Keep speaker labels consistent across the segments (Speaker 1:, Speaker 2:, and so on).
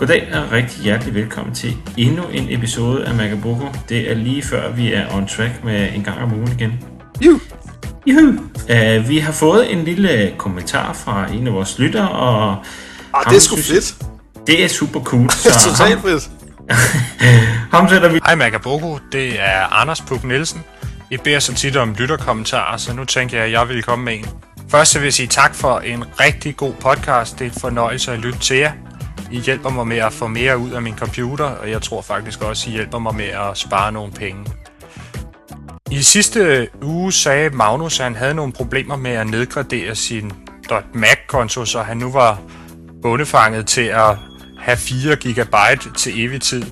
Speaker 1: Goddag og rigtig hjertelig velkommen til endnu en episode af Magaboko. Det er lige før vi er on track med en gang om ugen igen. Juhu! Vi har fået en lille kommentar fra en af vores lyttere, og
Speaker 2: det er sgu fedt.
Speaker 1: Det er super cool.
Speaker 2: Det er totalt fedt.
Speaker 1: Ham sætter vi.
Speaker 3: Hej Magaboko, det er Anders Puk Nielsen. I beder så tit om lytterkommentarer, så nu tænker jeg, at jeg vil komme med en. Først vil jeg sige tak for en rigtig god podcast. Det er en fornøjelse at lytte til jer. I hjælper mig med at få mere ud af min computer, og jeg tror faktisk også, I hjælper mig med at spare nogle penge. I sidste uge sagde Magnus, at han havde nogle problemer med at nedgradere sin .Mac-konto, så han nu var bundefanget til at have 4 GB til evig tid.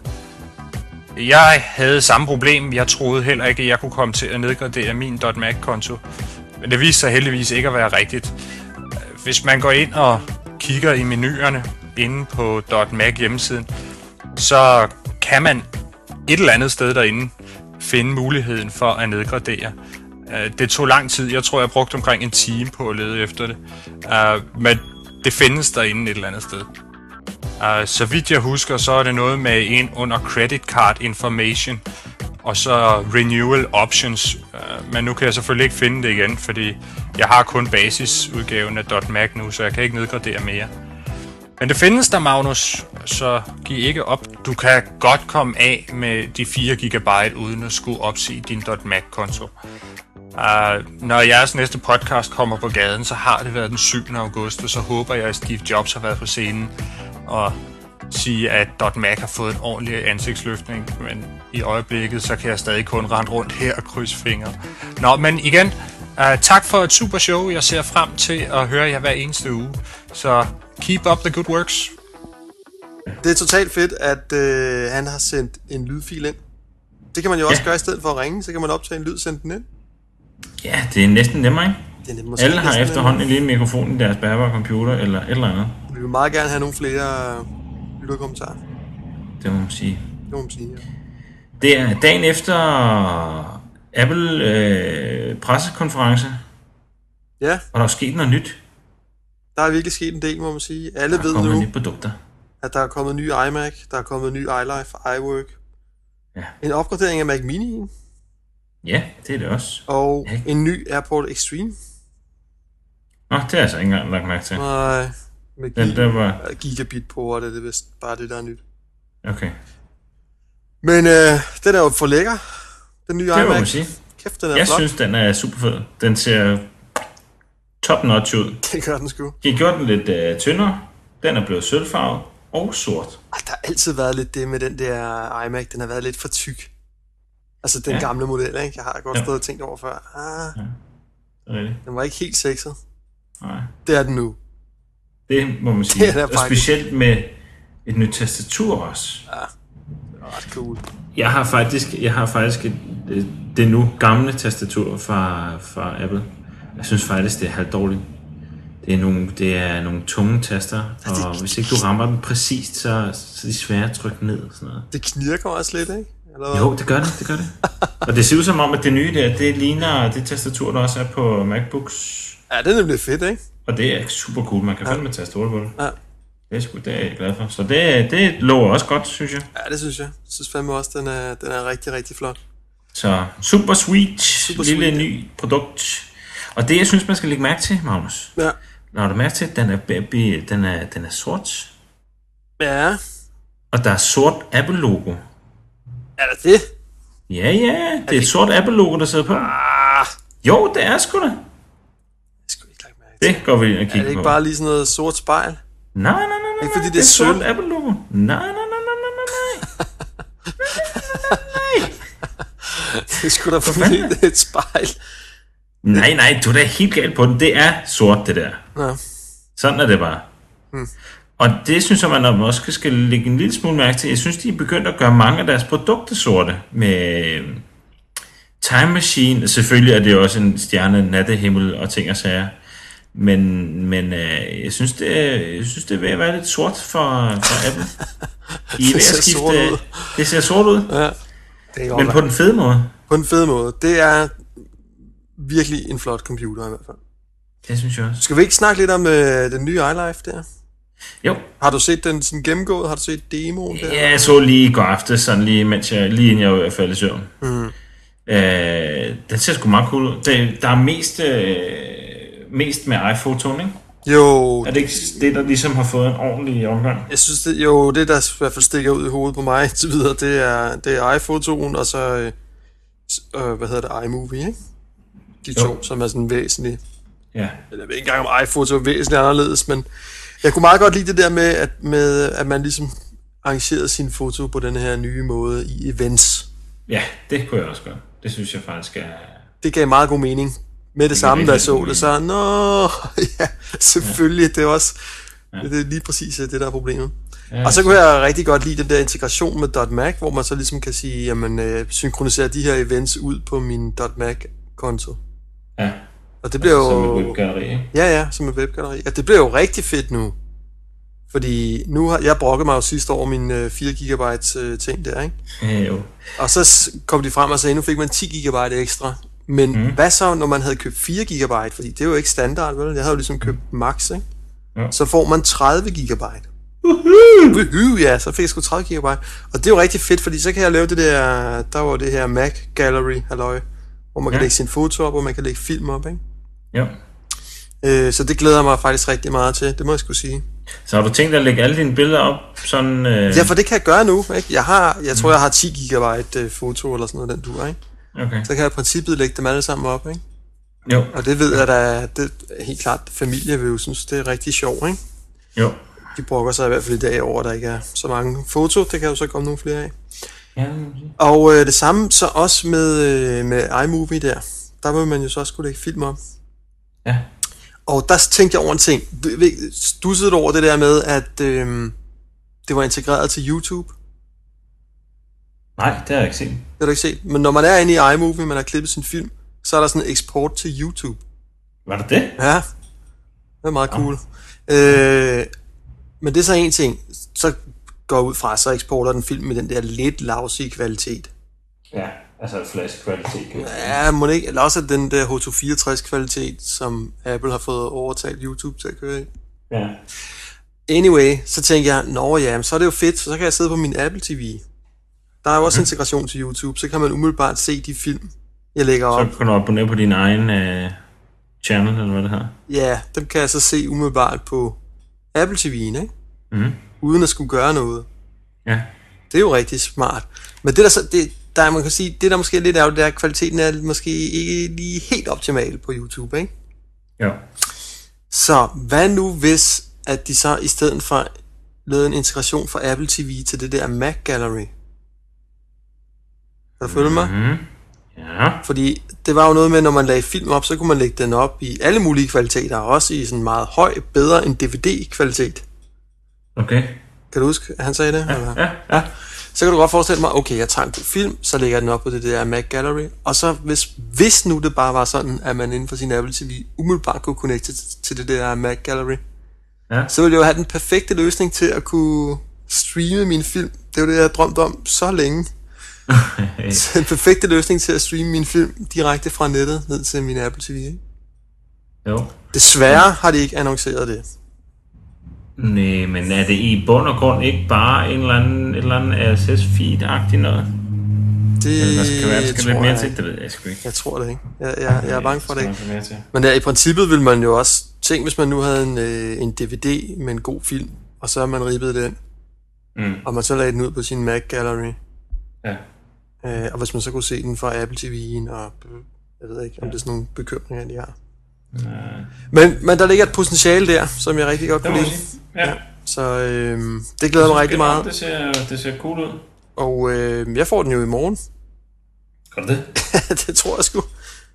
Speaker 3: Jeg havde samme problem. Jeg troede heller ikke, at jeg kunne komme til at nedgradere min .Mac-konto. Men det viste sig heldigvis ikke at være rigtigt. Hvis man går ind og kigger i menuerne inde på .Mac hjemmesiden, så kan man et eller andet sted derinde finde muligheden for at nedgradere. Det tog lang tid. Jeg tror, jeg brugte omkring en time på at lede efter det. Men det findes derinde et eller andet sted. Så vidt jeg husker, så er det noget med en under credit card information, og så renewal options. Men nu kan jeg selvfølgelig ikke finde det igen, fordi jeg har kun basisudgaven af .Mac nu, så jeg kan ikke nedgradere mere. Men det findes der, Magnus, så giv ikke op. Du kan godt komme af med de 4 GB uden at skulle opsige din .Mac-konto. Når jeres næste podcast kommer på gaden, så har det været den 7. august, og så håber jeg, at Steve Jobs har været på scenen og sige, at .Mac har fået en ordentlig ansigtsløftning, men i øjeblikket, så kan jeg stadig kun rende rundt her og krydse fingre. Nå, men igen, tak for et super show. Jeg ser frem til at høre jer hver eneste uge, så keep up the good works.
Speaker 2: Det er totalt fedt, at han har sendt en lydfil ind. Det kan man jo også gøre i stedet for at ringe, så kan man optage en lyd, sende den ind.
Speaker 1: Ja, det er næsten nemmere, ikke?
Speaker 2: Det er
Speaker 1: alle har efterhånden en lille mikrofon i deres bærbare computer eller et eller andet.
Speaker 2: Vi vil meget gerne have nogle flere lytterkommentarer.
Speaker 1: Det må man sige.
Speaker 2: Det må man sige, ja.
Speaker 1: Det er dagen efter Apple pressekonference.
Speaker 2: Ja.
Speaker 1: Og der er sket noget nyt.
Speaker 2: Der er virkelig sket en del, må man sige. Alle ved nu, at der er kommet ny iMac, der er kommet ny iLife, iWork.
Speaker 1: Ja.
Speaker 2: En opgradering af Mac Mini.
Speaker 1: Ja, det er det også.
Speaker 2: Og en ny AirPort Extreme.
Speaker 1: Nå, det er altså ikke engang lagt mærke til.
Speaker 2: Nej, med gigabit-port er det vist bare det, der er nyt.
Speaker 1: Okay.
Speaker 2: Men den er jo for lækker, den nye iMac.
Speaker 1: Det må man sige.
Speaker 2: Kæft, den er
Speaker 1: Jeg
Speaker 2: flot.
Speaker 1: synes, den er super fed. Den ser top notch ud.
Speaker 2: Det gør den sgu.
Speaker 1: De har gjort den lidt tyndere. Den er blevet sølvfarvet og sort.
Speaker 2: Der har altid været lidt det med den der iMac. Den har været lidt for tyk. Altså den gamle model, ikke? Jeg har godt stået og tænkt over før.
Speaker 1: Ja, det er rigtigt.
Speaker 2: Den var ikke helt sexet.
Speaker 1: Nej.
Speaker 2: Det er den nu.
Speaker 1: Det må man sige.
Speaker 2: Det er
Speaker 1: og specielt med et nyt tastatur også.
Speaker 2: Ja, det er ret cool.
Speaker 1: Jeg har faktisk det nu gamle tastatur fra Apple. Jeg synes faktisk, det er halvt dårligt. Det er nogle tunge taster, og hvis ikke du rammer dem præcist, så er de svære at trykke ned. Sådan noget.
Speaker 2: Det knirker også lidt, ikke? Eller?
Speaker 1: Jo, det gør det. Og det ser ud som om, at det nye der, det ligner det tastatur, der også er på MacBooks.
Speaker 2: Ja, det er nemlig fedt, ikke?
Speaker 1: Og det er super cool, man kan finde med tastatur på det.
Speaker 2: Ja.
Speaker 1: Det er jeg glad for. Så det lover også godt, synes jeg.
Speaker 2: Ja, det synes jeg. Jeg synes fandme også, den er rigtig, rigtig flot.
Speaker 1: Så super sweet, lille ny produkt. Og det, jeg synes, man skal lægge mærke til, Magnus.
Speaker 2: Ja.
Speaker 1: Når du mærke til, at den er sort.
Speaker 2: Ja.
Speaker 1: Og der er sort Apple-logo.
Speaker 2: Er der det?
Speaker 1: Ja, det er et sort Apple-logo, der sidder på. Jo, det er sgu da.
Speaker 2: Jeg skulle ikke lagt mærke til.
Speaker 1: Det går vi ind og kigge på.
Speaker 2: Er det ikke bare lige sådan noget sort spejl?
Speaker 1: Nej.
Speaker 2: Ikke fordi
Speaker 1: det er sort Apple-logo. Nej.
Speaker 2: Det skulle da formentlig et spejl.
Speaker 1: Nej, du er da helt galt på den. Det er sort, det der.
Speaker 2: Ja.
Speaker 1: Sådan er det bare. Og det synes jeg, man også skal lægge en lille smule mærke til. Jeg synes, de er begyndt at gøre mange af deres produkter sorte. Med Time Machine. Selvfølgelig er det også en stjerne, nattehimmel og ting og sager. Men jeg synes, det er ved at være lidt sort for Apple. Det ser sort ud.
Speaker 2: Ja. Det
Speaker 1: Men på den fede måde.
Speaker 2: På den fede måde. Det er virkelig en flot computer i hvert fald.
Speaker 1: Det synes jeg også.
Speaker 2: Skal vi ikke snakke lidt om den nye iLife der?
Speaker 1: Jo.
Speaker 2: Har du set den sådan gennemgået? Har du set demoen der?
Speaker 1: Ja, jeg så lige i går aftes, sådan lige inden jeg var ved at falde i søvn. Den ser sgu meget cool ud. Der er mest med iPhotoen, ikke?
Speaker 2: Jo.
Speaker 1: Er det ikke det, der ligesom har fået en ordentlig omgang?
Speaker 2: Jeg synes, det der i hvert fald stikker ud i hovedet på mig til videre, det er iPhotoen, og så, iMovie, ikke? De to, som er sådan væsentlige.
Speaker 1: Ja.
Speaker 2: Jeg ved ikke engang, om iPhoto er væsentligt anderledes, men jeg kunne meget godt lide det der med, at man ligesom arrangerede sine foto på den her nye måde i events.
Speaker 1: Ja, det kunne jeg også gøre. Det synes jeg faktisk er...
Speaker 2: Det gav meget god mening. Med det samme, der så det, så ja, selvfølgelig, det er også... Ja. Det er lige præcis det, der er problemet. Ja, og så kunne jeg rigtig godt lide den der integration med .mac, hvor man så ligesom kan sige, jamen, synkroniserer de her events ud på min .mac-konto.
Speaker 1: Ja.
Speaker 2: Og det bliver jo...
Speaker 1: Som et webgalleri, ikke?
Speaker 2: Ja, som et webgalleri. Og det bliver jo rigtig fedt nu. Fordi nu har jeg brokket mig jo sidste år min 4 GB ting der, ikke?
Speaker 1: Ja, jo.
Speaker 2: Og så kom de frem og sagde, nu fik man 10 GB ekstra. Men hvad så, når man havde købt 4 GB? Fordi det er jo ikke standard, vel? Jeg havde jo ligesom købt max, ikke? Ja. Så får man 30 GB. Ja, så fik jeg sgu 30 GB. Og det er jo rigtig fedt, fordi så kan jeg lave det der var det her Mac Gallery, halløj, hvor man kan lægge sin foto op, hvor man kan lægge film op, ikke?
Speaker 1: Ja.
Speaker 2: Så det glæder jeg mig faktisk rigtig meget til, det må jeg sgu sige.
Speaker 1: Så har du tænkt at lægge alle dine billeder op sådan...
Speaker 2: Ja, for det kan jeg gøre nu, ikke? Jeg tror, jeg har 10 GB foto eller sådan noget, den duer, ikke?
Speaker 1: Okay.
Speaker 2: Så kan jeg i princippet lægge dem alle sammen op, ikke?
Speaker 1: Jo.
Speaker 2: Og det ved jeg da, det er helt klart, familie vil jo synes, det er rigtig sjovt, ikke?
Speaker 1: Jo.
Speaker 2: De brokker sig i hvert fald i dag over, at der ikke er så mange foto. Det kan jo så komme nogle flere af.
Speaker 1: Ja.
Speaker 2: Og det samme så også med iMovie der. Der vil man jo så også kunne lægge film op.
Speaker 1: Ja. Og
Speaker 2: der tænkte jeg over en ting. Stussede du over det der med, at det var integreret til YouTube?
Speaker 1: Nej, det har jeg ikke set. Det
Speaker 2: har du ikke set. Men når man er inde i iMovie, man har klippet sin film, så er der sådan en eksport til YouTube.
Speaker 1: Var det det?
Speaker 2: Ja. Det er meget cool. Men det er så en ting. Så går ud fra, så eksporter den film med den der lidt lousy kvalitet.
Speaker 1: Ja, altså flash-kvalitet.
Speaker 2: Ja, må det ikke. Eller også den der H264-kvalitet, som Apple har fået overtalt YouTube til at køre i.
Speaker 1: Ja.
Speaker 2: Anyway, så tænker jeg, så er det jo fedt, så kan jeg sidde på min Apple TV. Der er jo også integration til YouTube, så kan man umiddelbart se de film, jeg lægger op.
Speaker 1: Så kan du abonnere på din egen channel, eller hvad det her?
Speaker 2: Ja, dem kan jeg så se umiddelbart på Apple TV'en, ikke? Uden at skulle gøre noget.
Speaker 1: Ja.
Speaker 2: Det er jo rigtig smart. Men det der så, man kan sige, det der måske er lidt ærgerligt, det er, at kvaliteten er måske ikke lige helt optimal på YouTube, ikke?
Speaker 1: Jo.
Speaker 2: Så hvad nu hvis, at de så i stedet for lavede en integration fra Apple TV til det der Mac Gallery? Kan du følge mig?
Speaker 1: Ja.
Speaker 2: Fordi det var jo noget med, når man lagde film op, så kunne man lægge den op i alle mulige kvaliteter, også i sådan meget høj, bedre end DVD-kvalitet.
Speaker 1: Okay.
Speaker 2: Kan du huske, at han sagde det?
Speaker 1: Ja.
Speaker 2: Så kan du godt forestille mig, okay, jeg tager en god film, så lægger jeg den op på det der Mac Gallery, og så hvis nu det bare var sådan, at man inden for sin Apple TV umiddelbart kunne connecte til det der Mac Gallery, så ville jeg jo have den perfekte løsning til at kunne streame min film. Det er jo det, jeg har drømt om så længe. Så en perfekte løsning til at streame min film direkte fra nettet ned til min Apple TV, ikke?
Speaker 1: Jo.
Speaker 2: Desværre har de ikke annonceret det.
Speaker 1: Nej, men er det i bund og grund ikke bare et eller andet RSS-feed-agtigt noget?
Speaker 2: Det
Speaker 1: kan være, der skal lidt mere til, det ved jeg sgu ikke.
Speaker 2: Jeg tror det ikke. Jeg er bange for det ikke. Men i princippet vil man jo også tænke, hvis man nu havde en DVD med en god film, og så har man ribbet den, og man så lagde den ud på sin Mac Gallery.
Speaker 1: Ja.
Speaker 2: Og hvis man så kunne se den fra Apple TV'en, og jeg ved ikke, om det er sådan nogle bekymringer, de har. Men der ligger et potentiale der, som jeg rigtig godt kunne lide.
Speaker 1: Ja.
Speaker 2: Så det glæder mig rigtig meget.
Speaker 1: Det ser cool ud.
Speaker 2: Og jeg får den jo i morgen.
Speaker 1: Gør du det?
Speaker 2: Det tror jeg sgu.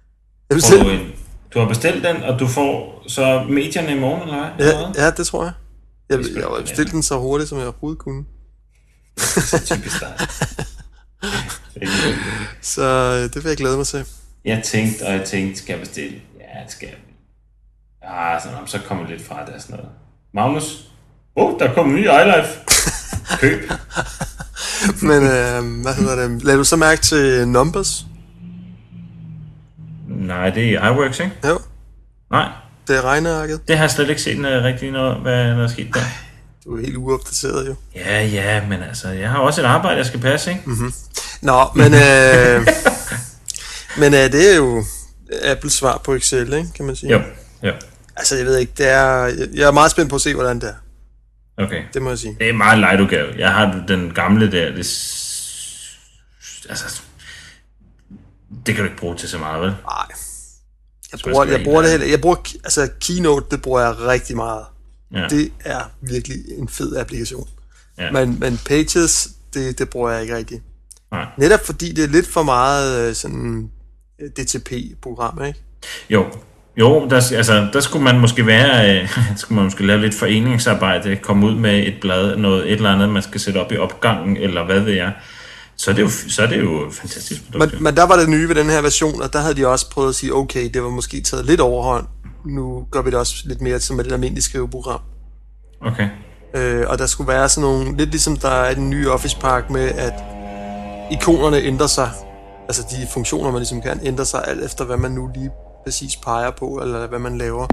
Speaker 1: Du har bestilt den, og du får så medierne i morgen, eller hvad?
Speaker 2: Ja, det tror jeg. Jeg har bestilt den så hurtigt, som jeg overhovedet kunne.
Speaker 1: Det er typisk dig.
Speaker 2: Så det vil jeg glæde mig til.
Speaker 1: Jeg tænkte, skal jeg bestille? Ja, det skal jeg. Så kommer lidt fra det og sådan noget. Magnus? Der kommer en ny iLife. Køb.
Speaker 2: Men hvad hedder det? Lad du så mærke til Numbers?
Speaker 1: Nej, det er iWorks, ikke?
Speaker 2: Jo.
Speaker 1: Nej.
Speaker 2: Det er regnearket.
Speaker 1: Det har jeg slet ikke set rigtig noget, hvad der er sket der.
Speaker 2: Du er helt uopdateret jo.
Speaker 1: Ja, men altså, jeg har også et arbejde, jeg skal passe, ikke?
Speaker 2: Mm-hmm. Nå, men, men det er jo Apples svar på Excel, ikke, kan man sige.
Speaker 1: Jo.
Speaker 2: Altså, jeg ved ikke, jeg er meget spændt på at se, hvordan det er.
Speaker 1: Okay.
Speaker 2: Det må jeg sige.
Speaker 1: Det er meget light udgave. Jeg har den gamle der, altså, det kan du ikke bruge til så meget, vel?
Speaker 2: Nej. Jeg bruger altså Keynote, det bruger jeg rigtig meget. Ja. Det er virkelig en fed applikation. Ja. Men Pages, det bruger jeg ikke rigtig. Nej. Netop fordi det er lidt for meget sådan DTP-program, ikke?
Speaker 1: Jo, der skulle man måske lave lidt foreningsarbejde, komme ud med et blad, et eller andet, man skal sætte op i opgangen, eller hvad ved jeg. Så er det jo fantastisk produkt.
Speaker 2: Men der var det nye ved den her version, og der havde de også prøvet at sige, okay, det var måske taget lidt overhånd. Nu gør vi det også lidt mere som et almindeligt skriveprogram.
Speaker 1: Okay.
Speaker 2: Og der skulle være sådan nogle, lidt ligesom der er i den nye Office Park med, at ikonerne ændrer sig. Altså de funktioner, man ligesom kan ændre sig alt efter, hvad man nu lige præcis peger på, eller hvad man laver.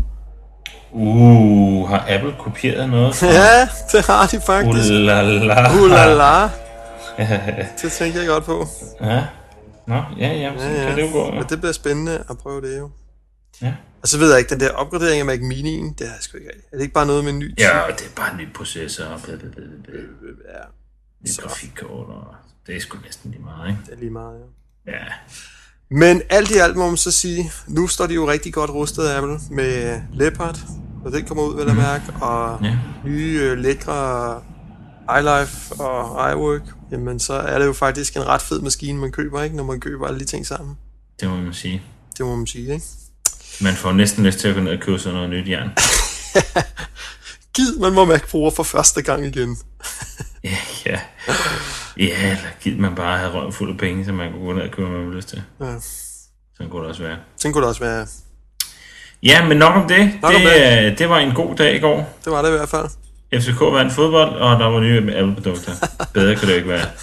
Speaker 1: Har Apple kopieret noget?
Speaker 2: Ja, det har de faktisk.
Speaker 1: Ulala.
Speaker 2: Det tænker jeg godt på.
Speaker 1: Ja. Nå, ja, så kan det jo gå.
Speaker 2: Men det bliver spændende at prøve det jo.
Speaker 1: Ja.
Speaker 2: Og så ved jeg ikke, den der opgradering af Mac Mini'en, det er sgu ikke rigtigt. Er det ikke bare noget med en ny chip?
Speaker 1: Ja, det er bare en ny processor. Ja. Nyt grafikkort, og det er sgu næsten lige meget, ikke?
Speaker 2: Det er lige meget, ja.
Speaker 1: Ja.
Speaker 2: Men alt i alt må man så sige, nu står de jo rigtig godt rustet af Apple med Leopard, og den kommer ud, vel at mærke, og nye lækre iLife og iWork. Jamen, så er det jo faktisk en ret fed maskine, man køber, ikke? Når man køber alle de ting sammen.
Speaker 1: Det må man sige.
Speaker 2: Det må man sige, ikke?
Speaker 1: Man får næsten lyst til at gå ned og købe sådan noget nyt jern.
Speaker 2: Gid, man må Mac bruge for første gang igen.
Speaker 1: Ja, eller gid man bare have røven fuld af penge, så man kunne gå ned og købe, hvad man vil lyst til. Ja. Sådan kunne det også være. Ja, men nok om det. Det var en god dag i går.
Speaker 2: Det var det i hvert fald.
Speaker 1: FCK vandt fodbold, og der var nye Apple-produkter. Bedre kan det ikke være.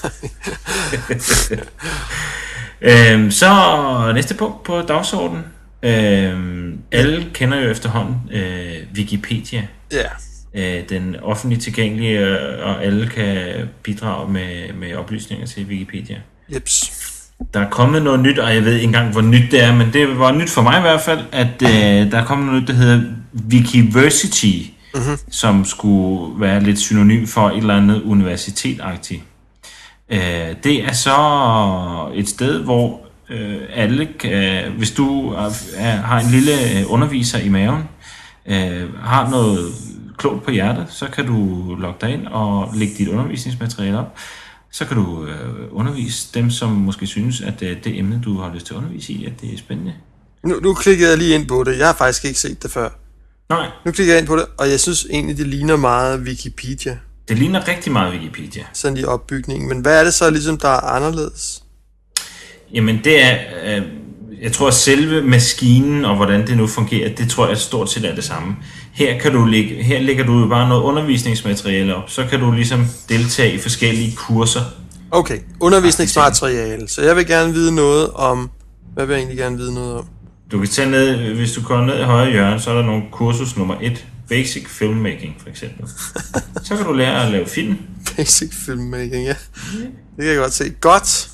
Speaker 1: Så næste punkt på dagsordenen. Alle kender jo efterhånden Wikipedia.
Speaker 2: Ja.
Speaker 1: Den offentligt tilgængelige, og alle kan bidrage med oplysninger til Wikipedia.
Speaker 2: Jeps.
Speaker 1: Der er kommet noget nyt, og jeg ved ikke engang, hvor nyt det er, men det var nyt for mig i hvert fald, at der er kommet noget nyt, der hedder Wikiversity, som skulle være lidt synonym for et eller andet universitet-agtigt. Det er så et sted, hvor alle kan, hvis du har en lille underviser i maven, har noget klogt på hjertet, så kan du logge dig ind og lægge dit undervisningsmateriale op. Så kan du undervise dem, som måske synes, at det emne, du har lyst til at undervise i, at det er spændende.
Speaker 2: Nu klikkede jeg lige ind på det. Jeg har faktisk ikke set det før.
Speaker 1: Nej.
Speaker 2: Nu klikker jeg ind på det, og jeg synes egentlig, det ligner meget Wikipedia.
Speaker 1: Det ligner rigtig meget Wikipedia.
Speaker 2: Sådan i opbygningen. Men hvad er det så ligesom, der er anderledes?
Speaker 1: Jamen det er, jeg tror selve maskinen og hvordan det nu fungerer, det tror jeg stort set er det samme. Her lægger du bare noget undervisningsmateriale op, så kan du ligesom deltage i forskellige kurser.
Speaker 2: Okay, undervisningsmateriale. Så jeg vil gerne vide noget om, hvad vil jeg egentlig gerne vide noget om?
Speaker 1: Du kan tage ned, hvis du går ned i højre hjørne, så er der nogle kursus nummer 1. Basic Filmmaking, for eksempel. Så kan du lære at lave film.
Speaker 2: Basic Filmmaking, ja. Det kan jeg godt se. Godt.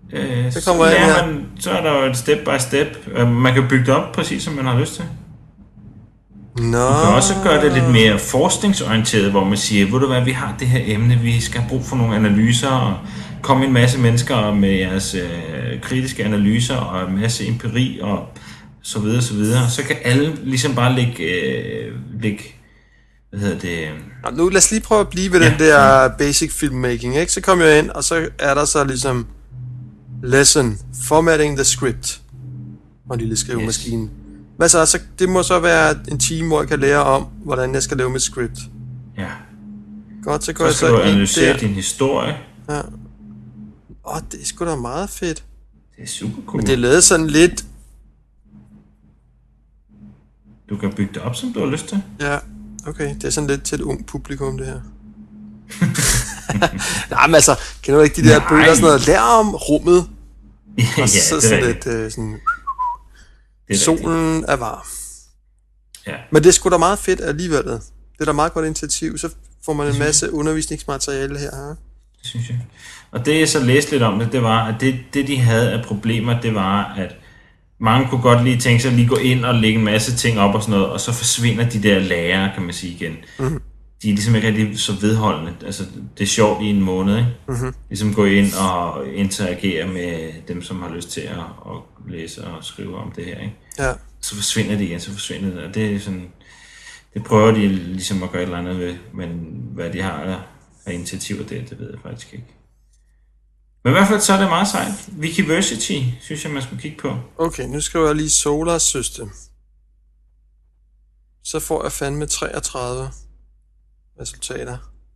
Speaker 1: Så er der jo et step by step. Man kan bygge det op præcis, som man har lyst til. Du kan også gøre det lidt mere forskningsorienteret, hvor man siger, ved du hvad, vi har det her emne, vi skal have brug for nogle analyser, og komme en masse mennesker med jeres kritiske analyser, og en masse empiri, og så videre, så videre. Så kan alle ligesom bare lægge hvad hedder det?
Speaker 2: Nu lad os lige prøve at blive ved den der basic filmmaking, ikke? Så kommer jeg ind, og så er der så ligesom lesson, formatting the script, og en lille skrivemaskine. Yes. Hvad så? Det må så være en time, hvor jeg kan lære om, hvordan jeg skal lave mit script.
Speaker 1: Ja.
Speaker 2: Godt, så går jeg så
Speaker 1: ind der. Så skal du analysere din historie.
Speaker 2: Ja. Det er sgu da meget fedt.
Speaker 1: Det er super cool.
Speaker 2: Men det er lavet sådan lidt...
Speaker 1: Du kan bygge det op, som du har lyst til.
Speaker 2: Ja, okay. Det er sådan lidt til et ung publikum, det her. Nej, men altså, kender du ikke de der bøger, sådan noget, lær om rummet. Og så
Speaker 1: det
Speaker 2: sådan lidt sådan... Solen er varm.
Speaker 1: Ja.
Speaker 2: Men det er sgu da meget fedt alligevel. Det er da meget godt initiativ. Så får man en masse undervisningsmateriale her.
Speaker 1: Det synes jeg. Og det jeg så læste lidt om det var, at det de havde af problemer, det var, at mange kunne godt lige tænke sig at lige gå ind og lægge en masse ting op og sådan noget, og så forsvinder de der lærere, kan man sige igen. Mm-hmm. De er ligesom ikke rigtig så vedholdende. Altså, det er sjovt i en måned, ikke? Mm-hmm. Ligesom gå ind og interagere med dem, som har lyst til at læse og skrive om det her, ikke? Ja. Så forsvinder det igen, og det er sådan... Det prøver de ligesom at gøre et eller andet ved, men hvad de har af initiativer det ved jeg faktisk ikke. Men i hvert fald så er det meget sejt. Wikiversity, synes jeg, man skulle kigge på.
Speaker 2: Okay, nu skriver jeg lige Solar System. Så får jeg fandme 33 resultater.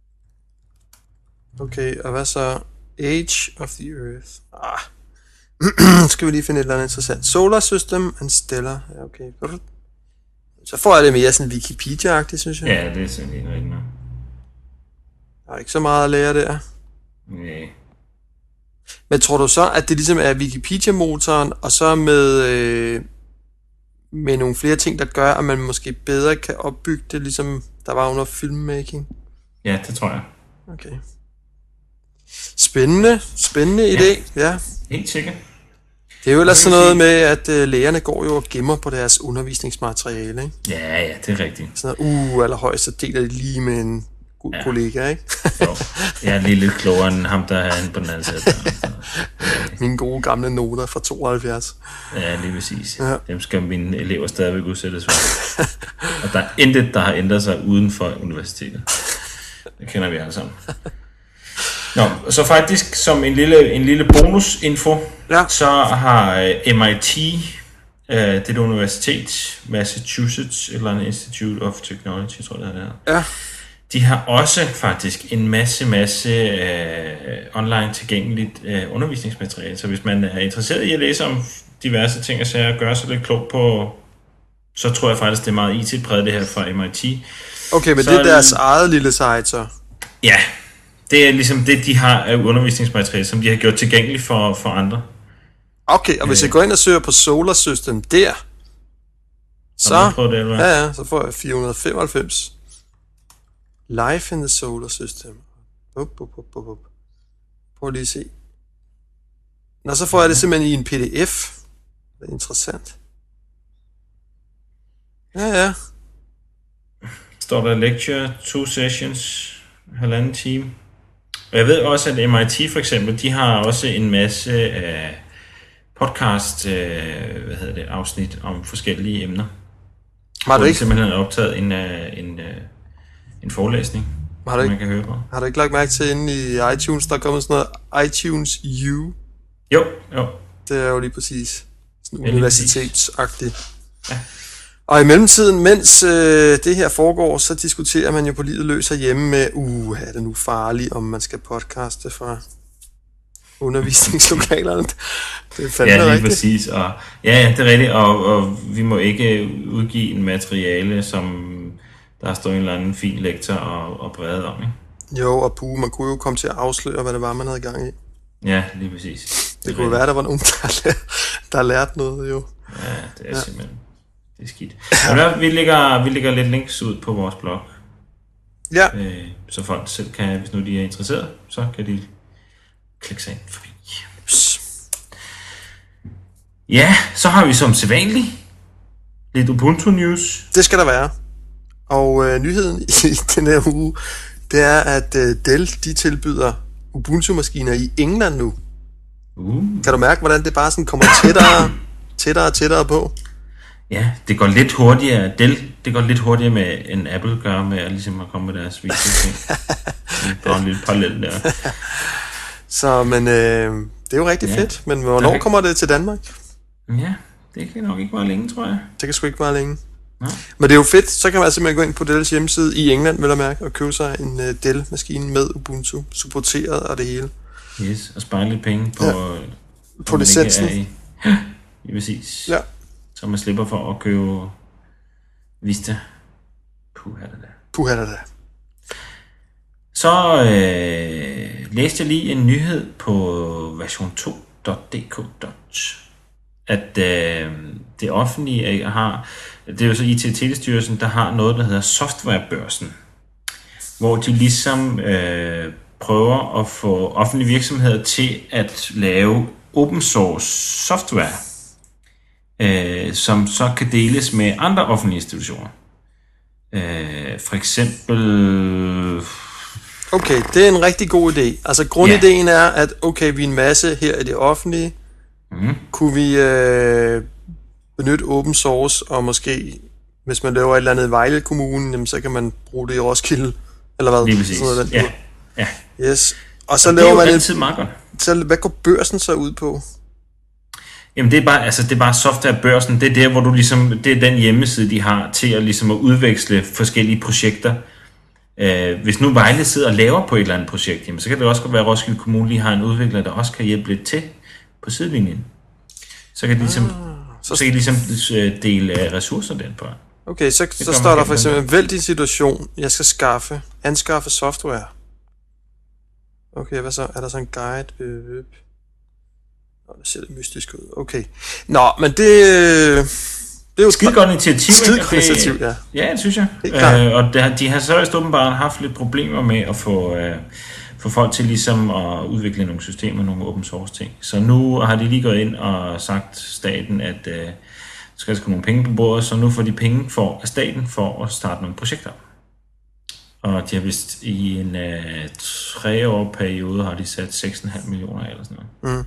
Speaker 2: Okay, og hvad så? Age of the Earth. Skal vi lige finde et eller andet interessant. Solar System and Stellar. Ja, okay. Så får jeg det mere sådan Wikipedia-agtigt, synes jeg.
Speaker 1: Ja, det er sådan lidt rigtigt.
Speaker 2: Der er ikke så meget at lære der.
Speaker 1: Nej.
Speaker 2: Men tror du så, at det ligesom er Wikipedia-motoren, og så med nogle flere ting, der gør, at man måske bedre kan opbygge det, ligesom der var under filmmaking?
Speaker 1: Ja, det tror jeg.
Speaker 2: Okay. Spændende idé, ja.
Speaker 1: Helt sikkert.
Speaker 2: Det er jo ellers sådan noget med, at lærerne går jo og gemmer på deres undervisningsmateriale, ikke?
Speaker 1: Ja, det er rigtigt.
Speaker 2: Sådan allerhøjst, så deler de lige med en god kollega, ikke?
Speaker 1: Jo, jeg er lige lidt klogere end ham, der er på den anden side.
Speaker 2: Mine gode gamle noter fra 72.
Speaker 1: Ja, lige præcis. Ja. Dem skal mine elever stadigvæk udsættes for. Og der er intet, der har ændret sig uden for universitetet. Det kender vi alle sammen. Nå, så faktisk som en lille bonusinfo, så har MIT, det er et universitet, Massachusetts, eller en Institute of Technology, tror jeg det er. Ja. De har også faktisk en masse online tilgængeligt undervisningsmateriale, så hvis man er interesseret i at læse om diverse ting og sager og gøre sig lidt klog på, så tror jeg faktisk, det er meget IT-præget det her fra MIT.
Speaker 2: Okay, men så det er deres eget lille site så?
Speaker 1: Ja, det er ligesom det, de har af undervisningsmateriale, som de har gjort tilgængeligt for andre.
Speaker 2: Okay, og hvis jeg går ind og søger på Solar System der, så, så får jeg 495. Life in the Solar System. Prøv lige at se. Nå, så får jeg det simpelthen i en PDF. Det er interessant. Ja.
Speaker 1: Står der lecture, 2 sessions, 1,5 time. Og jeg ved også, at MIT for eksempel, de har også en masse podcast afsnit om forskellige emner.
Speaker 2: Har du ikke
Speaker 1: simpelthen optaget en forelæsning, man kan høre på.
Speaker 2: Har du ikke lagt mærke til inde i iTunes, der er kommet sådan noget iTunes U?
Speaker 1: Jo.
Speaker 2: Det er jo lige præcis sådan universitetsagtigt. Ja. Og i mellemtiden, mens det her foregår, så diskuterer man jo på livet løs herhjemme med, er det nu farligt, om man skal podcaste fra undervisningslokalerne? Det er fandme rigtigt.
Speaker 1: Ja, lige præcis. Og, ja, det er rigtigt, og vi må ikke udgive en materiale, som der står en eller anden fin lektor og brede om, ikke?
Speaker 2: Jo, og man kunne jo komme til at afsløre, hvad det var, man havde gang i.
Speaker 1: Ja, lige præcis.
Speaker 2: Det kunne være, der var nogen, der lærte noget, jo.
Speaker 1: Ja, det er simpelthen... Det er skidt. Men vi lægger lidt links ud på vores blog.
Speaker 2: Ja.
Speaker 1: Så folk selv kan, hvis nu de er interesseret, så kan de klikke sig ind forbi. Ja, så har vi som sædvanligt lidt Ubuntu News.
Speaker 2: Det skal der være. Og nyheden i den her uge, det er, at Dell, de tilbyder Ubuntu-maskiner i England nu. Kan du mærke, hvordan det bare sådan kommer tættere på?
Speaker 1: Ja, det går lidt hurtigere. Det går lidt hurtigere med, end Apple gør med at, ligesom at komme med deres video-ting. Der er en lille parallel der.
Speaker 2: Så, men det er jo rigtig fedt. Men hvornår kommer det til Danmark?
Speaker 1: Ja, det kan nok ikke være længe, tror jeg.
Speaker 2: Det kan sgu ikke være længe. Ja. Men det er jo fedt. Så kan man simpelthen gå ind på Dells hjemmeside i England, vil jeg mærke, og købe sig en Dell-maskine med Ubuntu, supporteret og det hele.
Speaker 1: Yes, og spare lidt penge
Speaker 2: på licensen.
Speaker 1: Ja, præcis.
Speaker 2: Ja.
Speaker 1: Så man slipper for at købe Vista. Puha da. Så læste jeg lige en nyhed på version2.dk, at det offentlige har, det er jo så IT-Telestyrelsen, der har noget, der hedder Softwarebørsen, hvor de ligesom prøver at få offentlige virksomheder til at lave open source software, som så kan deles med andre offentlige institutioner. For eksempel...
Speaker 2: Okay, det er en rigtig god idé. Altså grundideen er, at okay, vi er en masse her i det offentlige. Kunne vi benytte open source, og måske, hvis man laver et eller andet i Vejle Kommune, jamen, så kan man bruge det i Roskilde, eller hvad?
Speaker 1: Lige præcis.
Speaker 2: Sådan noget,
Speaker 1: ja.
Speaker 2: Yes. Og så
Speaker 1: og
Speaker 2: laver man
Speaker 1: altid meget godt.
Speaker 2: Så hvad går børsen så ud på?
Speaker 1: Jamen det er bare softwarebørsen. Det er der, hvor du ligesom, det er den hjemmeside, de har til at ligesom at udveksle forskellige projekter. Hvis nu Vejle sidder og laver på et eller andet projekt, jamen, så kan det også godt være, at Roskilde Kommune lige har en udvikler, der også kan hjælpe lidt til på sidelinjen. Så kan de ligesom, dele ressourcer den på.
Speaker 2: Okay, så står der for eksempel, vælg din situation, jeg skal anskaffe software. Okay, hvad så? Er der så en guide? Det ser lidt mystisk ud. Okay. Nå, men det er jo
Speaker 1: skide godt initiativ.
Speaker 2: Skide godt initiativ, ja.
Speaker 1: Ja, det synes jeg. Og de har så åbenbart haft lidt problemer med at få folk til ligesom at udvikle nogle systemer, nogle open source ting. Så nu har de lige gået ind og sagt staten, at skal nogle penge på bordet, så nu får de penge af staten for at starte nogle projekter. Og de har vist i en 3-årig periode har de sat 6,5 millioner eller sådan noget.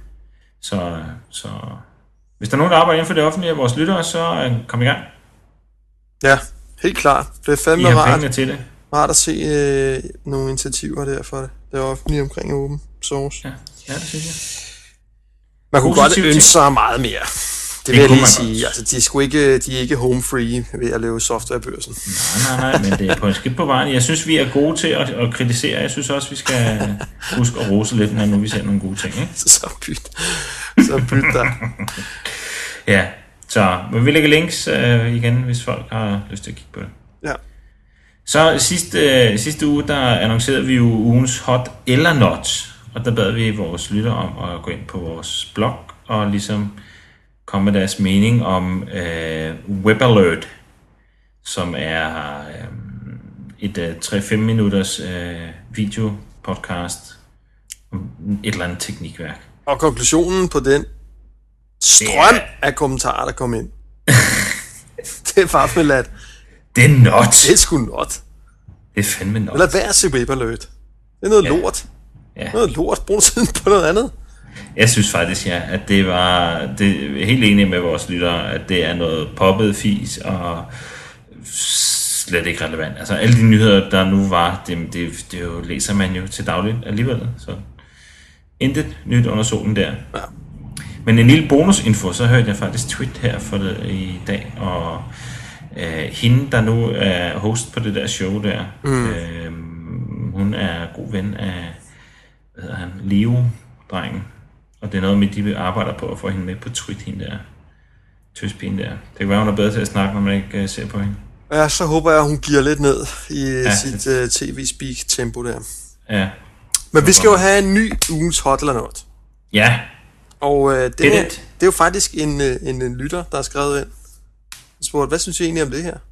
Speaker 1: Så hvis der er nogen, der arbejder inden for det offentlige af vores lyttere, så kom i gang.
Speaker 2: Ja, helt klart. Det er fandme rart.
Speaker 1: Til det.
Speaker 2: Rart at se nogle initiativer der for det. Det er offentligt omkring open source.
Speaker 1: Ja, det synes jeg.
Speaker 2: Man kunne godt ønske sig meget mere. Det vil jeg lige sige. Altså, de er ikke home free ved at lave softwarebørsen.
Speaker 1: Nej, men det er på et skridt på vejen. Jeg synes, vi er gode til at kritisere. Jeg synes også, vi skal huske at rose lidt, når vi ser nogle gode ting. Ikke?
Speaker 2: Så byt der.
Speaker 1: Ja, men vi lægger links igen, hvis folk har lyst til at kigge på det.
Speaker 2: Ja.
Speaker 1: Så sidste uge, der annoncerede vi jo ugens hot eller not. Og der bad vi vores lytter om at gå ind på vores blog og ligesom komme med deres mening om Web Alert, som er et 3-5 minutters videopodcast om et eller andet teknikværk.
Speaker 2: Og konklusionen på den strøm af kommentarer, der kom ind. Det er bare forladt.
Speaker 1: Det er not.
Speaker 2: Det er sgu not.
Speaker 1: Det er fandme not.
Speaker 2: Eller hvad er se Web Alert? Det er noget lort.
Speaker 1: Ja.
Speaker 2: Noget lort. Brug tiden på noget andet.
Speaker 1: Jeg synes faktisk, at det er helt enig med vores lyttere, at det er noget poppet fis og slet ikke relevant. Altså alle de nyheder, der nu var, det jo, læser man jo til dagligt alligevel. Så intet nyt under solen der.
Speaker 2: Ja.
Speaker 1: Men en lille bonusinfo, så hørte jeg faktisk tweet her for det i dag, og hende, der nu er host på det der show der, hun er god ven af, hvad hedder han, Leo-drengen. Og det er noget med, de arbejder på at få hende med på tweet, hende der tøspigen der. Det kan være, hun er bedre til at snakke, når man ikke ser på hende.
Speaker 2: Ja, så håber jeg, at hun giver lidt ned i sit tv-speak-tempo der.
Speaker 1: Ja.
Speaker 2: Men vi skal jo have en ny ugens hot eller not.
Speaker 1: Ja.
Speaker 2: Og det er jo faktisk en lytter, der har skrevet ind. Spurgt, hvad synes I egentlig om det her?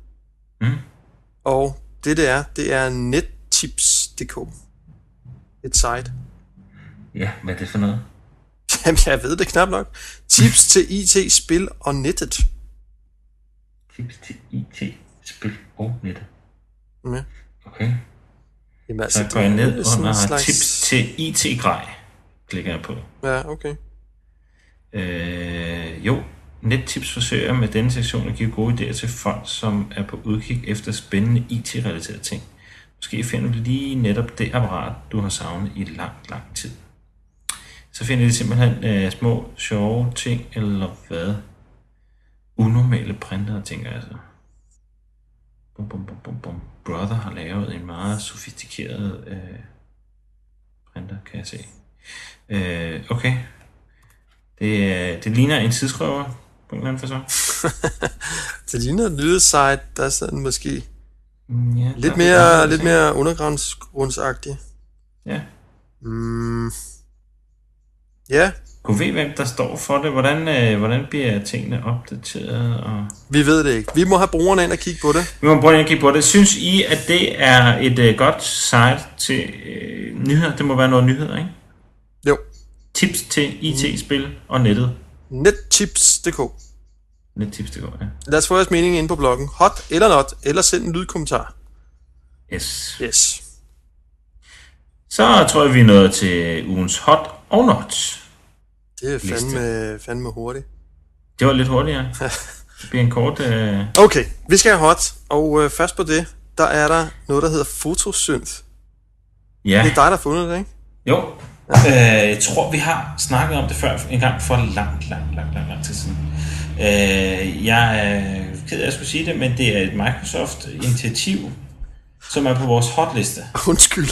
Speaker 2: Og det er nettips.dk. Et site.
Speaker 1: Ja, hvad er det for noget?
Speaker 2: Jamen, jeg ved det knap nok. Tips til IT, spil og nettet.
Speaker 1: Tips til IT, spil og nettet.
Speaker 2: Ja.
Speaker 1: Okay.
Speaker 2: Jamen, altså,
Speaker 1: så går jeg ned under tips til IT-grej. Klikker jeg på.
Speaker 2: Ja, okay.
Speaker 1: Jo, Nettips forsøger med denne sektion at give gode idéer til folk, som er på udkig efter spændende IT-relaterede ting. Måske finder du lige netop det apparat, du har savnet i lang tid. Så finder de simpelthen små, sjove ting, eller hvad? Unormale printere, tænker jeg så. Brother har lavet en meget sofistikeret printer, kan jeg se. Okay. Det ligner en tidsrøver på en eller anden fasong.
Speaker 2: Det ligner et nyhedssite, der er sådan måske lidt mere undergrundsagtigt.
Speaker 1: Ja.
Speaker 2: Ja,
Speaker 1: Kunne vi, hvem der står for det? Hvordan bliver tingene opdateret? Og...
Speaker 2: Vi ved det ikke. Vi må have brugerne ind og kigge på det.
Speaker 1: Vi må brugerne ind og kigge på det. Synes I, at det er et godt site til nyheder? Det må være noget nyheder, ikke?
Speaker 2: Jo.
Speaker 1: Tips til IT-spil og nettet.
Speaker 2: Nettips.dk.
Speaker 1: Nettips.dk, ja.
Speaker 2: Lad os få jeres mening inde på bloggen. Hot eller not, eller send en lydkommentar.
Speaker 1: Yes. Så tror jeg, vi er nået til ugens hot og not.
Speaker 2: Det er fandme hurtigt.
Speaker 1: Det var lidt hurtigere. Det bliver en kort...
Speaker 2: Okay, vi skal have hot, og først på det, der er der noget, der hedder Photosynth.
Speaker 1: Ja.
Speaker 2: Det er dig, der har fundet det, ikke?
Speaker 1: Jo. Jeg tror, vi har snakket om det før en gang for lang tid siden. Jeg er ked af, at jeg skulle sige det, men det er et Microsoft-initiativ, som er på vores hotliste.
Speaker 2: Undskyld.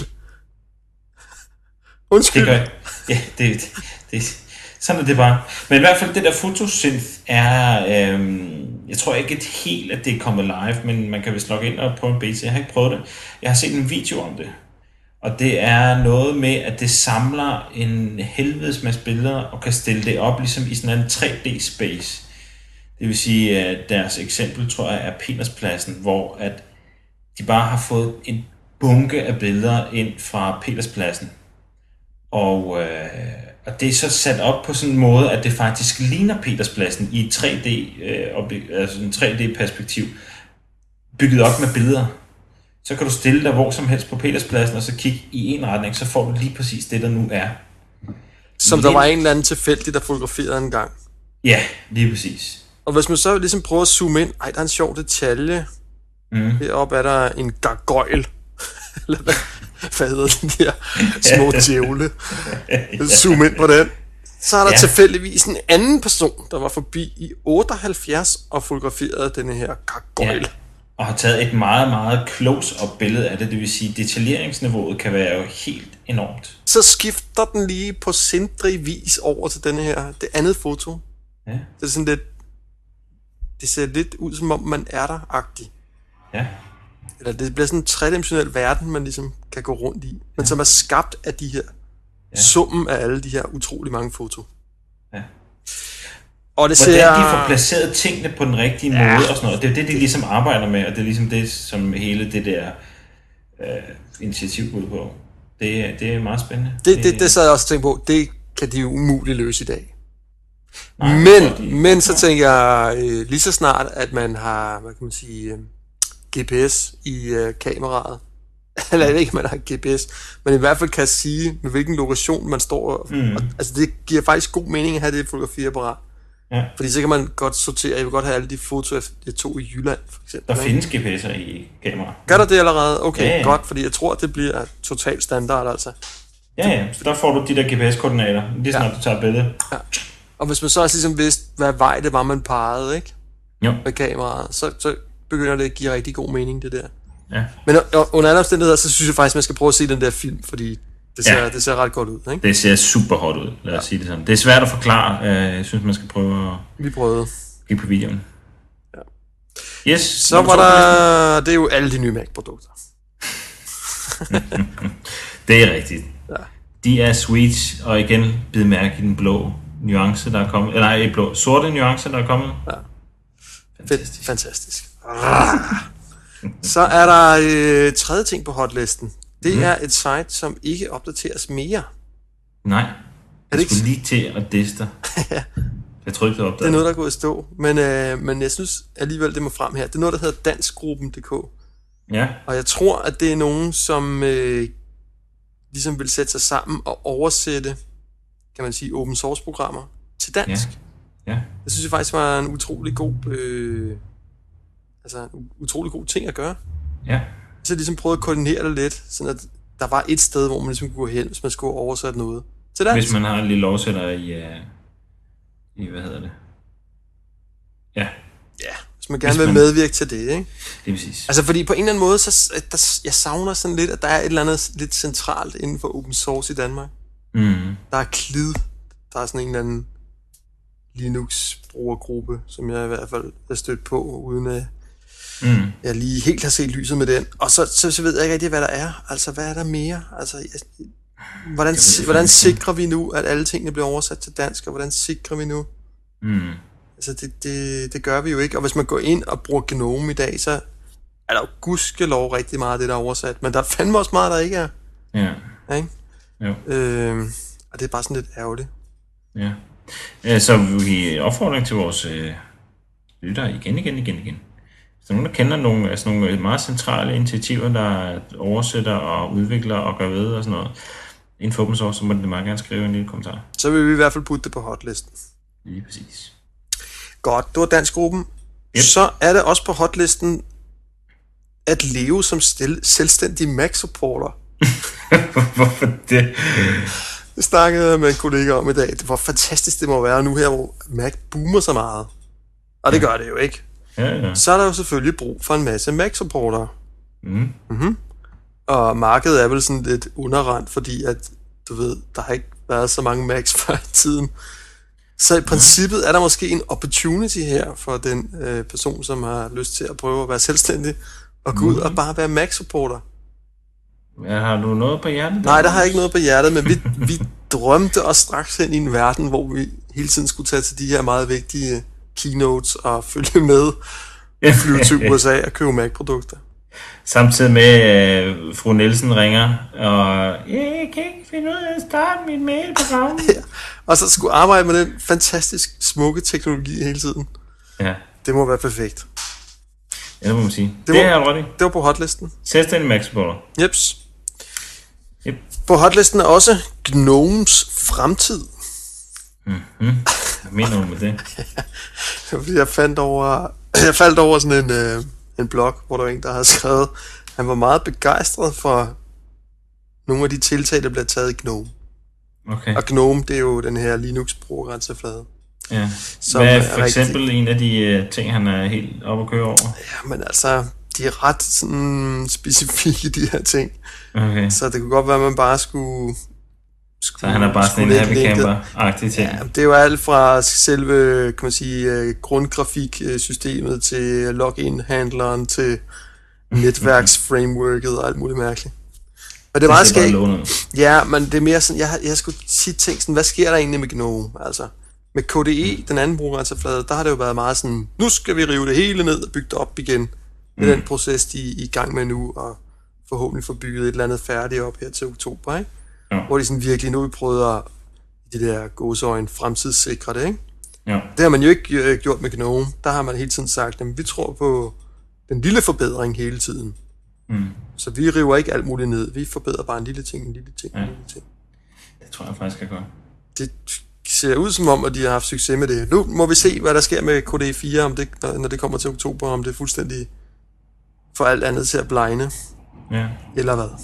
Speaker 1: Det gør, ja, det sådan er det bare. Men i hvert fald det der Photosynth er, jeg tror ikke helt, at det er kommet live, men man kan vist logge ind og prøve en beta. Jeg har ikke prøvet det. Jeg har set en video om det. Og det er noget med, at det samler en helvedes masse billeder og kan stille det op ligesom i sådan en 3D-space. Det vil sige, at deres eksempel, tror jeg, er Peterspladsen, hvor at de bare har fået en bunke af billeder ind fra Peterspladsen. Og det er så sat op på sådan en måde, at det faktisk ligner Peterspladsen i et 3D, altså en 3D-perspektiv, bygget op med billeder. Så kan du stille dig hvor som helst på Peterspladsen, og så kigge i en retning, så får du lige præcis det, der nu er.
Speaker 2: Som der var en eller anden tilfældig, der fotograferede en gang.
Speaker 1: Ja, lige præcis.
Speaker 2: Og hvis man så ligesom prøver at zoome ind, der er en sjov detalje. Heroppe er der en gargoyle. Eller hvad hedder den der små djævle? Zoom ind på den. Så er der tilfældigvis en anden person, der var forbi i 78 og fotograferede denne her gargoyle. Ja.
Speaker 1: Og har taget et meget, meget close-up billede af det. Det vil sige, detaljeringsniveauet kan være jo helt enormt.
Speaker 2: Så skifter den lige på sindrig vis over til denne her, det andet foto.
Speaker 1: Ja.
Speaker 2: Det er sådan lidt, det ser lidt ud som om man er der-agtig.
Speaker 1: Ja.
Speaker 2: Eller det bliver sådan en tredimensionel verden, man ligesom kan gå rundt i. Men som er skabt af de her, summen af alle de her utrolig mange foto.
Speaker 1: Ja.
Speaker 2: Og det
Speaker 1: hvordan de får placeret tingene på den rigtige måde og sådan noget. Det er det, de ligesom arbejder med, og det er ligesom det, som hele det der initiativ går ud på. Det er meget spændende.
Speaker 2: Det sad jeg også og tænkte på, det kan de jo umuligt løse i dag. Nej, men så tænker jeg, lige så snart, at man har, hvad kan man sige, GPS i kameraet, eller jeg ved ikke, man har GPS, men i hvert fald kan sige, med hvilken lokation man står. Og, altså det giver faktisk god mening at have det fotografiapparat. Ja. Fordi så kan man godt sortere. Jeg vil godt have alle de fotoer, jeg tog i Jylland, for eksempel.
Speaker 1: Der findes GPS'er i kamera.
Speaker 2: Gør der det allerede? Okay, ja. Godt, fordi jeg tror, det bliver totalt standard, altså.
Speaker 1: Ja, så der får du de der GPS-koordinater, lige snart du tager billedet. Ja.
Speaker 2: Og hvis man så også ligesom vidste, hvad vej det var, man pegede, ikke?
Speaker 1: Jo.
Speaker 2: Med kameraet, så begynder det at give rigtig god mening, det der.
Speaker 1: Ja.
Speaker 2: Men under andre omstændigheder, så synes jeg faktisk, man skal prøve at se den der film, fordi det ser ret godt ud, ikke?
Speaker 1: Det ser super hot ud, lad os sige det sådan. Det er svært at forklare. Jeg synes, man skal prøve at...
Speaker 2: Vi prøvede.
Speaker 1: Kigge på videoen.
Speaker 2: Ja.
Speaker 1: Yes.
Speaker 2: Så var der... Det er jo alle de nye Mac-produkter.
Speaker 1: Det er rigtigt. Ja. De er sweet, og igen bid mærke i den blå nuance, der er kommet. Eller nej, sorte nuance, der er kommet.
Speaker 2: Ja. Fantastisk. Så er der tredje ting på hotlisten. Det er et site, som ikke opdateres mere.
Speaker 1: Nej, jeg skulle lige til at diste.
Speaker 2: Ja.
Speaker 1: Jeg tror ikke, det er opdaget.
Speaker 2: Det er noget, der er gået i stå. Men jeg synes alligevel, det må frem her. Det er noget, der hedder danskgruppen.dk.
Speaker 1: Ja.
Speaker 2: Og jeg tror, at det er nogen, som ligesom vil sætte sig sammen og oversætte, kan man sige, open source programmer til dansk.
Speaker 1: Ja.
Speaker 2: Det synes jeg faktisk var en utrolig god, ting at gøre.
Speaker 1: Ja.
Speaker 2: Så ligesom prøvede at koordinere det lidt, sådan at der var et sted, hvor man ligesom kunne gå hen, hvis man skulle oversætte noget til dansk.
Speaker 1: Hvis man har en lille oversætter i hvad hedder det? Ja.
Speaker 2: Ja, hvis man gerne vil medvirke til det, ikke?
Speaker 1: Det er præcis.
Speaker 2: Altså fordi på en eller anden måde, jeg savner sådan lidt, at der er et eller andet lidt centralt inden for open source i Danmark. Der er Klid, der er sådan en eller anden Linux-brugergruppe, som jeg i hvert fald har stødt på, uden at jeg lige helt har set lyset med den. Og så ved jeg ikke rigtig, hvad der er. Altså, hvad er der mere? Altså, Hvordan sikrer vi nu, at alle tingene bliver oversat til dansk, og hvordan sikrer vi nu? Altså, det gør vi jo ikke. Og hvis man går ind og bruger GNOME i dag, så er der jo gudskelov rigtig meget af det, der er oversat. Men der er fandme også meget, der ikke er.
Speaker 1: Ja.
Speaker 2: Ikke?
Speaker 1: Jo.
Speaker 2: Og det er bare sådan lidt ærgerligt.
Speaker 1: Ja. Så vi opfordring til vores lyttere igen. Hvis der er nogen, der kender nogle meget centrale initiativer, der oversætter og udvikler og gør ved og sådan noget, info dem så må det meget gerne skrive en lille kommentar.
Speaker 2: Så vil vi i hvert fald putte det på hotlisten.
Speaker 1: Lige præcis.
Speaker 2: Godt, det var danskgruppen. Yep. Så er det også på hotlisten at leve som selvstændig Mac-supporter.
Speaker 1: Hvorfor det?
Speaker 2: Det snakkede jeg med en kollega om i dag. Det var fantastisk, det må være nu her, hvor Mac boomer så meget. Og det gør det jo ikke.
Speaker 1: Ja.
Speaker 2: Så er der jo selvfølgelig brug for en masse Mac-supportere.
Speaker 1: Mm-hmm.
Speaker 2: Og markedet er vel sådan lidt underrendt, fordi at, du ved, der har ikke været så mange Macs før i tiden. Så i princippet er der måske en opportunity her for den person, som har lyst til at prøve at være selvstændig, og gå ud og bare være Mac-supporter.
Speaker 1: Ja, har du noget på hjertet?
Speaker 2: Nej, der har jeg ikke noget på hjertet, men vi drømte os straks hen i en verden, hvor vi hele tiden skulle tage til de her meget vigtige keynotes og følge med, flyve til USA og købe Mac-produkter.
Speaker 1: Samtidig med fru Nielsen ringer, og jeg kan ikke finde ud af at starte mit mailprogram.
Speaker 2: Ja. Og så skulle arbejde med den fantastisk smukke teknologi hele tiden.
Speaker 1: Ja.
Speaker 2: Det må være perfekt.
Speaker 1: Ja, det må man sige. Det er ret i.
Speaker 2: Det var på hotlisten.
Speaker 1: Selvstændig Mac-supporter.
Speaker 2: Jeps.
Speaker 1: Yep.
Speaker 2: På hotlisten er også GNOMEs fremtid.
Speaker 1: Hvad mener du med det?
Speaker 2: Fordi jeg faldt over sådan en blog, hvor der var en, der havde skrevet, han var meget begejstret for nogle af de tiltag, der bliver taget i GNOME.
Speaker 1: Okay.
Speaker 2: Og GNOME, det er jo den her Linux-brugergrænseflade.
Speaker 1: Ja. Hvad er for eksempel en af de ting, han er helt oppe at køre over?
Speaker 2: Ja, men altså, de er ret sådan specifikke, de her ting.
Speaker 1: Okay.
Speaker 2: Så det kunne godt være, at man bare skulle
Speaker 1: så han er bare sådan en happy camper-agtig ting?
Speaker 2: Ja, det er jo alt fra selve, kan man sige, grundgrafiksystemet til login-handleren til netværksframeworket og alt muligt mærkeligt. Og det er meget skægt. Ja, men det er mere sådan, jeg skulle tit tænke sådan, hvad sker der egentlig med GNOME? Altså, med KDE, den anden brugergrænseflade, der har det jo været meget sådan, nu skal vi rive det hele ned og bygge det op igen. Med den proces, de er i gang med nu, og forhåbentlig få bygget et eller andet færdigt op her til oktober, ikke? Ja. Hvor de sådan virkelig nu prøvede at de der gåseøjne fremtidssikre det, ikke?
Speaker 1: Ja.
Speaker 2: Det har man jo ikke gjort med GNOME. Der har man hele tiden sagt, at vi tror på den lille forbedring hele tiden. Så vi river ikke alt muligt ned. Vi forbedrer bare en lille ting.
Speaker 1: Det tror jeg faktisk er godt.
Speaker 2: Det ser ud som om, at de har haft succes med det. Nu må vi se, hvad der sker med KDE 4, om det, når det kommer til oktober, om det er fuldstændig for alt andet til at blegne.
Speaker 1: Ja.
Speaker 2: Eller hvad?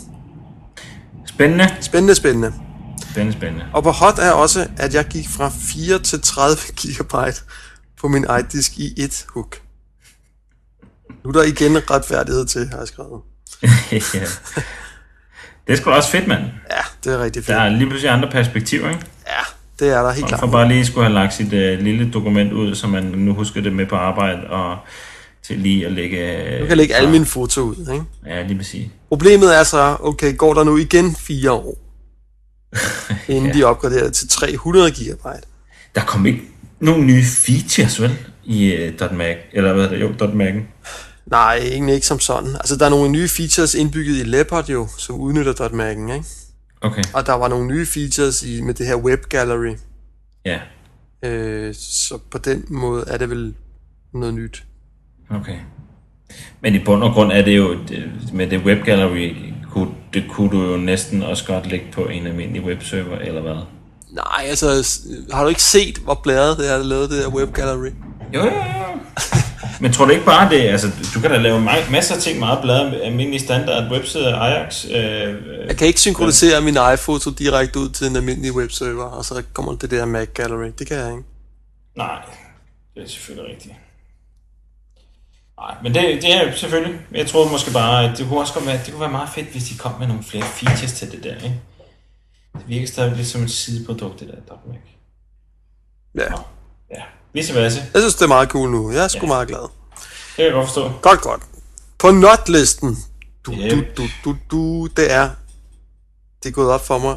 Speaker 1: Spændende.
Speaker 2: Og på hot er også, at jeg gik fra 4 til 30 gigabyte på min iDisk i et hug. Nu er der igen retfærdighed til, har jeg skrevet.
Speaker 1: Ja. Det er sgu også fedt, mand.
Speaker 2: Ja, det er rigtig fedt.
Speaker 1: Der er lige pludselig andre perspektiver, ikke?
Speaker 2: Ja, det er der helt klart.
Speaker 1: For bare lige skulle have lagt sit lille dokument ud, så man nu husker det med på arbejde, og til lige at lægge...
Speaker 2: Du kan lægge alle mine foto ud, ikke?
Speaker 1: Ja, lige præcis.
Speaker 2: Problemet er så, okay, går der nu igen 4 år, inden de opgraderer til 300 gigabyte?
Speaker 1: Der kom ikke nogen nye features, vel? I .Mac, eller hvad er det? .Mac'en.
Speaker 2: Nej, egentlig ikke som sådan. Altså, der er nogle nye features indbygget i Leopard jo, som udnytter .Mac'en, ikke?
Speaker 1: Okay.
Speaker 2: Og der var nogle nye features med det her web gallery.
Speaker 1: Ja.
Speaker 2: Så på den måde er det vel noget nyt.
Speaker 1: Okay. Men i bund og grund er det jo, med det web gallery, kunne du jo næsten også godt lægge på en almindelig webserver, eller hvad?
Speaker 2: Nej, altså, har du ikke set, hvor blæret det er, der lavede det her web gallery?
Speaker 1: Jo. Men tror du ikke bare det, altså, du kan da lave masser af ting meget bladet, almindelig standard webside, Ajax.
Speaker 2: Jeg kan ikke synkronisere min iPhoto direkte ud til en almindelig webserver, og så kommer det der Mac gallery. Det kan jeg ikke.
Speaker 1: Nej, det er selvfølgelig rigtigt. Nej, men det er selvfølgelig. Jeg tror måske bare, at det kunne også godt være, det kunne være meget fedt, hvis de kom med nogle flere features til det der, ikke? Det virker stadig lidt som et sideprodukt, det der .Mac.
Speaker 2: Ja.
Speaker 1: Ja, vice versa.
Speaker 2: Jeg synes, det er meget cool nu. Jeg er sgu meget glad.
Speaker 1: Det kan jeg godt forstå.
Speaker 2: Godt. På notlisten, det er gået op for mig,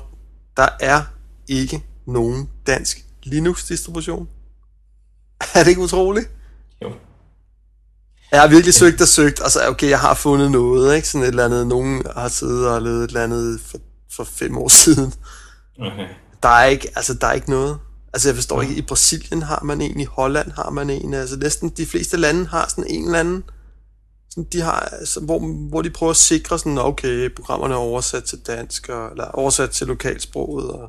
Speaker 2: der er ikke nogen dansk Linux-distribution. Er det ikke utroligt?
Speaker 1: Jo.
Speaker 2: Jeg har virkelig søgt og søgt, altså okay, jeg har fundet noget, ikke? Sådan et eller andet, nogen har siddet og lavet et eller andet for 5 år siden.
Speaker 1: Okay.
Speaker 2: Der er ikke noget. Altså jeg forstår ikke, i Brasilien har man en, i Holland har man en, altså næsten de fleste lande har sådan en eller anden, sådan de har, altså, hvor de prøver at sikre sådan, okay, programmerne er oversat til dansk, eller oversat til lokalsproget, og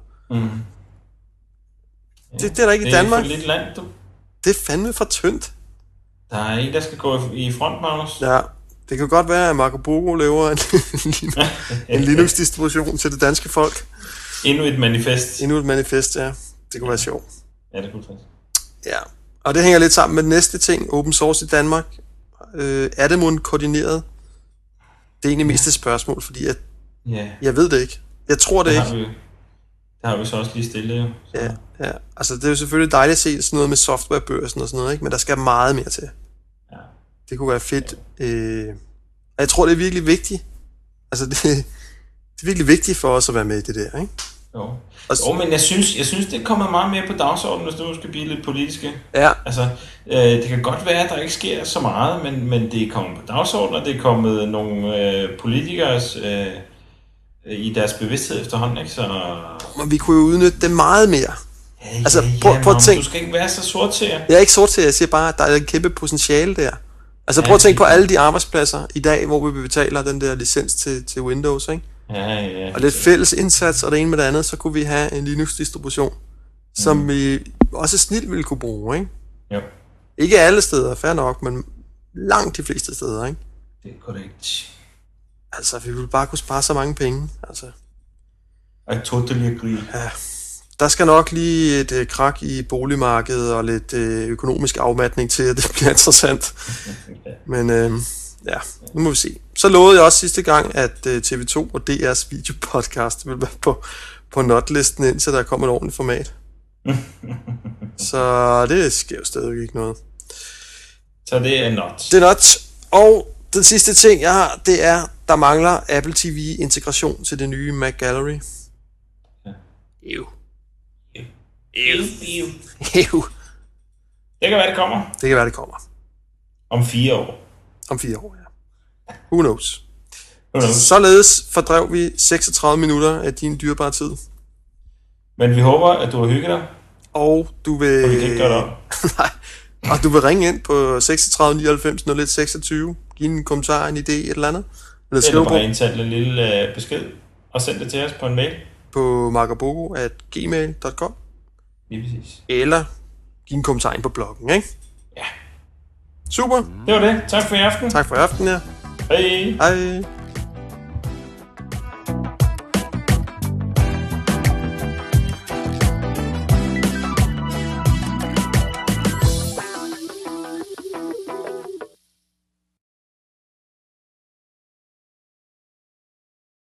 Speaker 2: det er der ikke i Danmark.
Speaker 1: Det er for lidt land, du.
Speaker 2: Det er fandme for tyndt.
Speaker 1: Der er en, der skal gå i front, Magnus.
Speaker 2: Ja, det kan godt være, at Marco Bogo laver en Linux-distribution til det danske folk.
Speaker 1: Endnu et manifest,
Speaker 2: ja. Det kunne være sjovt.
Speaker 1: Ja, det kunne faktisk.
Speaker 2: Ja, og det hænger lidt sammen med den næste ting, open source i Danmark. Er det mon koordineret? Det er egentlig mest et spørgsmål, fordi jeg ved det ikke. Jeg tror det ikke.
Speaker 1: Det har vi så også lige stillet, jo.
Speaker 2: Ja. Altså det er jo selvfølgelig dejligt at se sådan noget med softwarebørsen og sådan noget, ikke? Men der skal meget mere til.
Speaker 1: Ja.
Speaker 2: Det kunne være fedt. Jeg tror, det er virkelig vigtigt. Altså det er virkelig vigtigt for os at være med i det der, ikke?
Speaker 1: Jo, men jeg synes, det kommer meget mere på dagsordenen, hvis du skal blive lidt politiske.
Speaker 2: Ja.
Speaker 1: Altså, det kan godt være, at der ikke sker så meget, men det er kommet på dagsordenen, og det er kommet nogle politikers i deres bevidsthed efterhånden, ikke? Så...
Speaker 2: Men vi kunne jo udnytte det meget mere. Altså, prøv at tænke...
Speaker 1: Du skal ikke være så sort til jer.
Speaker 2: Jeg er ikke sort til, jeg siger bare, at der er et kæmpe potentiale der. Altså, prøv at tænke på alle de arbejdspladser i dag, hvor vi betaler den der licens til Windows, ikke?
Speaker 1: Ja.
Speaker 2: Og lidt fælles indsats, og det ene med det andet, så kunne vi have en Linux-distribution, som vi også snilt ville kunne bruge, ikke?
Speaker 1: Jo.
Speaker 2: Ikke alle steder, fair nok, men langt de fleste steder, ikke?
Speaker 1: Det er korrekt.
Speaker 2: Altså, vi ville bare kunne spare så mange penge, altså.
Speaker 1: I totally agree.
Speaker 2: Ja. Der skal nok lige et krak i boligmarkedet og lidt økonomisk afmatning til, at det bliver interessant. Men ja, nu må vi se. Så lovede jeg også sidste gang, at TV2 og DR's videopodcast vil være på notlisten, indtil der kommer et ordentligt format. Så det sker jo stadig ikke noget.
Speaker 1: Så det er not.
Speaker 2: Det er not. Og den sidste ting, jeg har, det er, der mangler Apple TV-integration til det nye Mac Gallery.
Speaker 1: Ew. Det kan være, det kommer.
Speaker 2: Det kan være, det kommer.
Speaker 1: Om 4 år.
Speaker 2: Om 4 år, ja. Who knows? Således fordrev vi 36 minutter af din dyrebare tid.
Speaker 1: Men vi håber, at du har hygget dig.
Speaker 2: Og du vil...
Speaker 1: Og vi kan ikke gøre det op.
Speaker 2: Nej. Og du vil ringe ind på 36 99 01 26. Give en kommentar, en idé, et eller andet.
Speaker 1: Eller bare indtale en lille besked og send det til os på en mail.
Speaker 2: På markerbogo@gmail.com.
Speaker 1: Lige præcis.
Speaker 2: Eller give en kommentar ind på bloggen, ikke?
Speaker 1: Ja.
Speaker 2: Super.
Speaker 1: Det var det. Tak for i aften.
Speaker 2: Tak for i aften, ja.
Speaker 1: Hej.
Speaker 2: Hej.